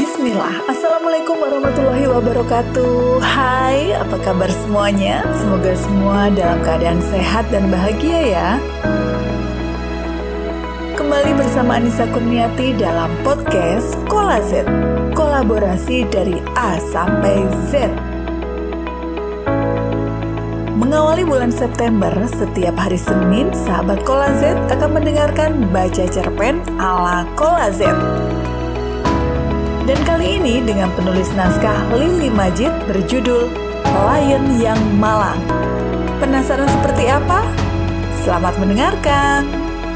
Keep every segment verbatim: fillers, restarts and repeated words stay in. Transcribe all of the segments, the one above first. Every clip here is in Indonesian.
Bismillah. Assalamualaikum warahmatullahi wabarakatuh. Hai, apa kabar semuanya? Semoga semua dalam keadaan sehat dan bahagia ya. Kembali bersama Anissa Kurniati dalam podcast Kola Z, kolaborasi dari A sampai Z. Mengawali bulan September, setiap hari Senin, sahabat Kola Z akan mendengarkan baca cerpen ala Kola Z. Dan kali ini dengan penulis naskah Lily Majid berjudul Lion yang Malang. Penasaran seperti apa? Selamat mendengarkan.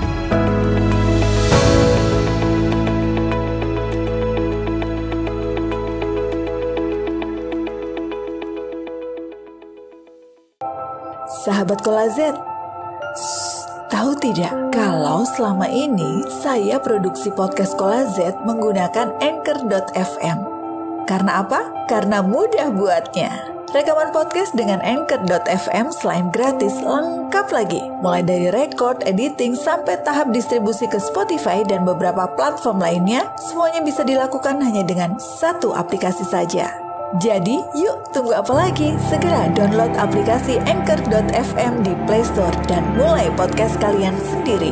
Sahabat Kola Z, tahu tidak kalau selama ini saya produksi podcast Kola Z menggunakan anchor dot f m. Karena apa? Karena mudah buatnya. Rekaman podcast dengan anchor dot f m selain gratis, lengkap lagi. Mulai dari record, editing, sampai tahap distribusi ke Spotify dan beberapa platform lainnya, semuanya bisa dilakukan hanya dengan satu aplikasi saja. Jadi, yuk tunggu apa lagi? Segera download aplikasi anchor dot f m di Play Store dan mulai podcast kalian sendiri.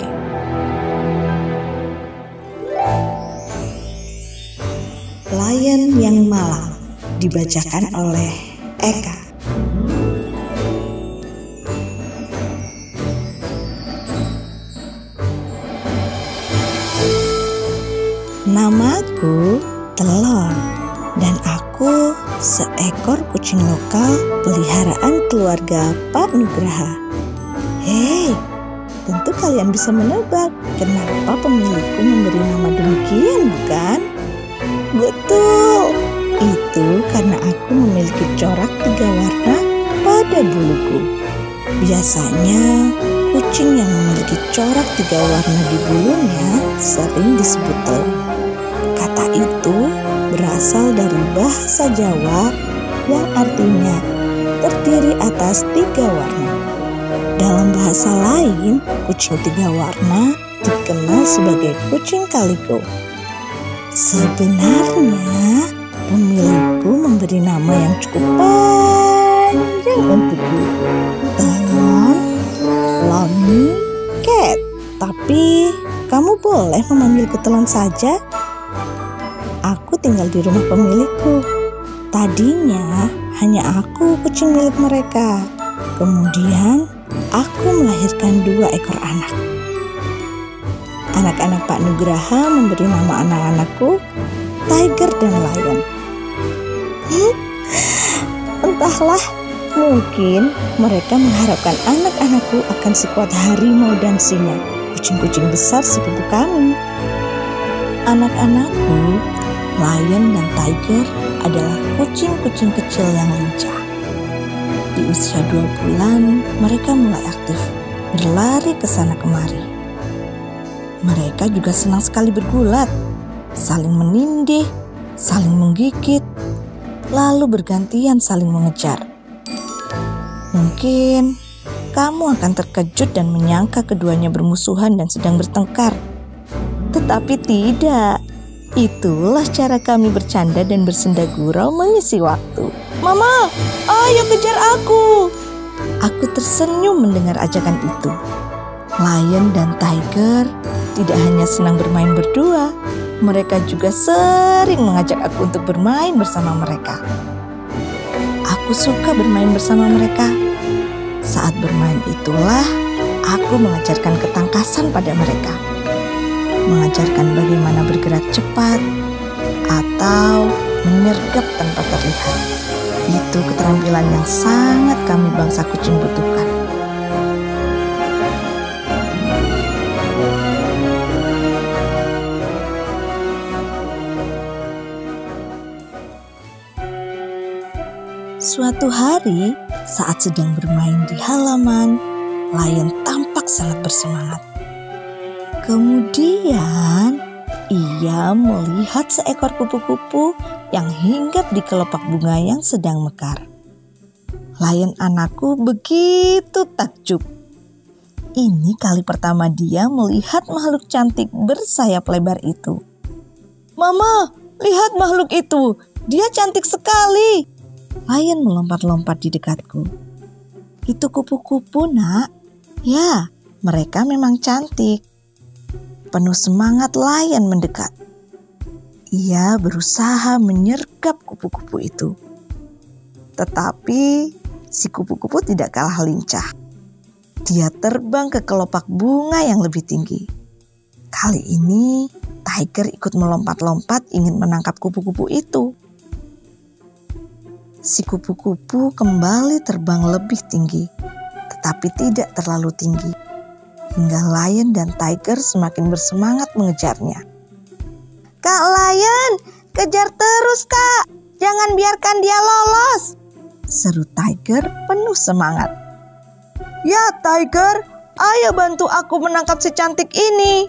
Lion yang Malang dibacakan oleh Eka. Namaku Telon dan aku seekor kucing lokal peliharaan keluarga Pak Nugraha. Hei, tentu kalian bisa menebak kenapa pemilikku memberi nama demikian, bukan? Betul, itu karena aku memiliki corak tiga warna pada buluku. Biasanya, kucing yang memiliki corak tiga warna di bulunya sering disebut telon. Kata itu berasal dari bahasa Jawa yang artinya terdiri atas tiga warna. Dalam bahasa lain, kucing tiga warna dikenal sebagai kucing kaliko. Sebenarnya, pemilikku memberi nama yang cukup panjang untukku. Telon, Lonnie, Cat. Tapi, kamu boleh memanggilku Telon saja. Aku tinggal di rumah pemilikku. Tadinya hanya aku kucing milik mereka. Kemudian aku melahirkan dua ekor anak. Anak-anak Pak Nugraha memberi nama anak-anakku Tiger dan Lion. Hmm? Entahlah, mungkin mereka mengharapkan anak-anakku akan sekuat harimau dan singa, kucing-kucing besar sepupu kami. Anak-anakku Lion dan Tiger adalah kucing-kucing kecil yang lincah. Di usia dua bulan, mereka mulai aktif, berlari ke sana kemari. Mereka juga senang sekali bergulat, saling menindih, saling menggigit, lalu bergantian saling mengejar. Mungkin kamu akan terkejut dan menyangka keduanya bermusuhan dan sedang bertengkar. Tetapi tidak. Itulah cara kami bercanda dan bersenda gurau mengisi waktu. Mama, ayo kejar aku. Aku tersenyum mendengar ajakan itu. Lion dan Tiger tidak hanya senang bermain berdua, mereka juga sering mengajak aku untuk bermain bersama mereka. Aku suka bermain bersama mereka. Saat bermain itulah aku mengajarkan ketangkasan pada mereka. Mengajarkan bagaimana bergerak cepat atau menyergap tanpa terlihat. Itu keterampilan yang sangat kami bangsa kucing butuhkan. Suatu hari, saat sedang bermain di halaman, Lion tampak sangat bersemangat. Kemudian, ia melihat seekor kupu-kupu yang hinggap di kelopak bunga yang sedang mekar. Lion anakku begitu takjub. Ini kali pertama dia melihat makhluk cantik bersayap lebar itu. Mama, lihat makhluk itu, dia cantik sekali. Lion melompat-lompat di dekatku. Itu kupu-kupu, nak. Ya, mereka memang cantik. Penuh semangat Lion mendekat. Ia berusaha menyergap kupu-kupu itu. Tetapi si kupu-kupu tidak kalah lincah. Dia terbang ke kelopak bunga yang lebih tinggi. Kali ini Tiger ikut melompat-lompat ingin menangkap kupu-kupu itu. Si kupu-kupu kembali terbang lebih tinggi, tetapi tidak terlalu tinggi. Hingga Lion dan Tiger semakin bersemangat mengejarnya. Kak Lion, kejar terus kak, jangan biarkan dia lolos, seru Tiger penuh semangat. Ya Tiger, ayo bantu aku menangkap si cantik ini.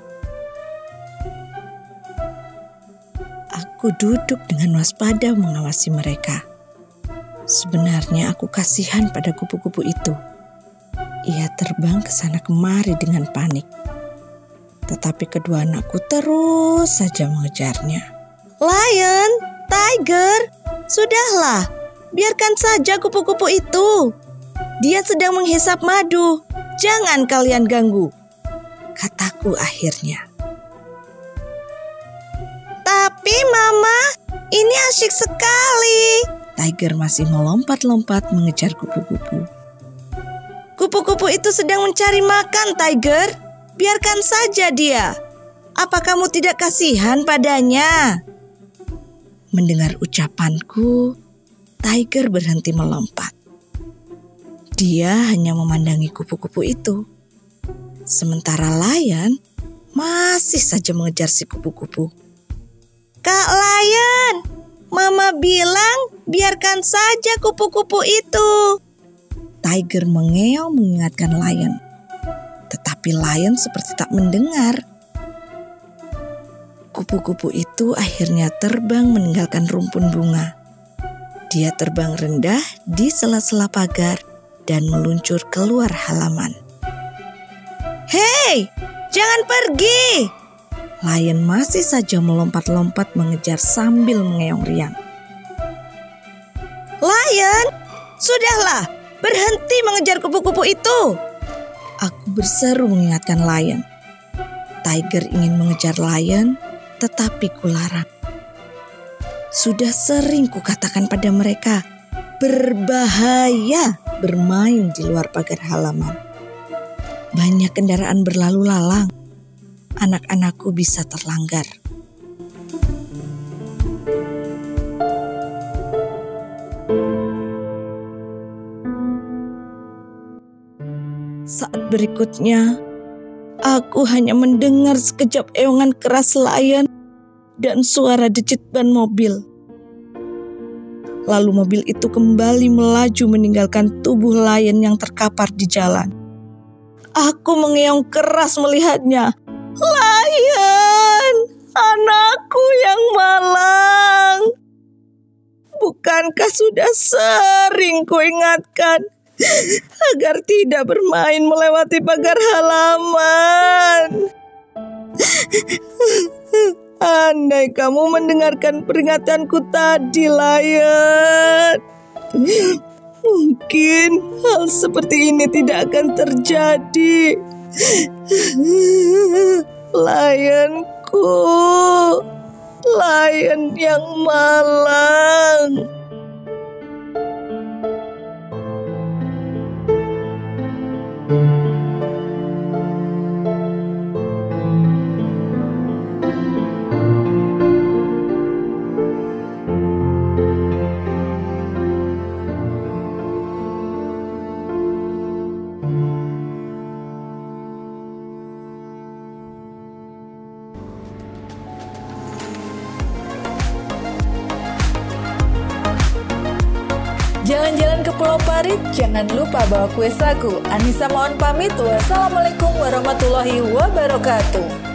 Aku duduk dengan waspada mengawasi mereka. Sebenarnya aku kasihan pada kupu-kupu itu. Ia terbang ke sana kemari dengan panik. Tetapi kedua anakku terus saja mengejarnya. Lion, Tiger, sudahlah, biarkan saja kupu-kupu itu. Dia sedang menghisap madu. Jangan kalian ganggu, kataku akhirnya. Tapi mama, ini asyik sekali. Tiger masih melompat-lompat mengejar kupu-kupu. Kupu-kupu itu sedang mencari makan, Tiger. Biarkan saja dia. Apa kamu tidak kasihan padanya? Mendengar ucapanku, Tiger berhenti melompat. Dia hanya memandangi kupu-kupu itu. Sementara Lion masih saja mengejar si kupu-kupu. Kak Lion, Mama bilang biarkan saja kupu-kupu itu. Tiger mengeong mengingatkan Lion. Tetapi Lion seperti tak mendengar. Kupu-kupu itu akhirnya terbang meninggalkan rumpun bunga. Dia terbang rendah di sela-sela pagar dan meluncur keluar halaman. Hei, jangan pergi! Lion masih saja melompat-lompat mengejar sambil mengeong riang. Lion, sudahlah, berhenti mengejar kupu-kupu itu. Aku berseru mengingatkan Lion. Tiger ingin mengejar Lion, tetapi kularang. Sudah sering kukatakan pada mereka, berbahaya bermain di luar pagar halaman. Banyak kendaraan berlalu lalang. Anak-anakku bisa terlanggar. Saat berikutnya, aku hanya mendengar sekejap eongan keras Lion dan suara decit ban mobil. Lalu mobil itu kembali melaju meninggalkan tubuh Lion yang terkapar di jalan. Aku mengeong keras melihatnya. Lion, anakku yang malang. Bukankah sudah sering kuingatkan agar tidak bermain melewati pagar halaman? Andai kamu mendengarkan peringatanku tadi, Lion, mungkin hal seperti ini tidak akan terjadi. Lionku, Lion yang malang. Jalan-jalan ke Pulau Parit, jangan lupa bawa kue sagu. Anissa mohon pamit. Wassalamualaikum warahmatullahi wabarakatuh.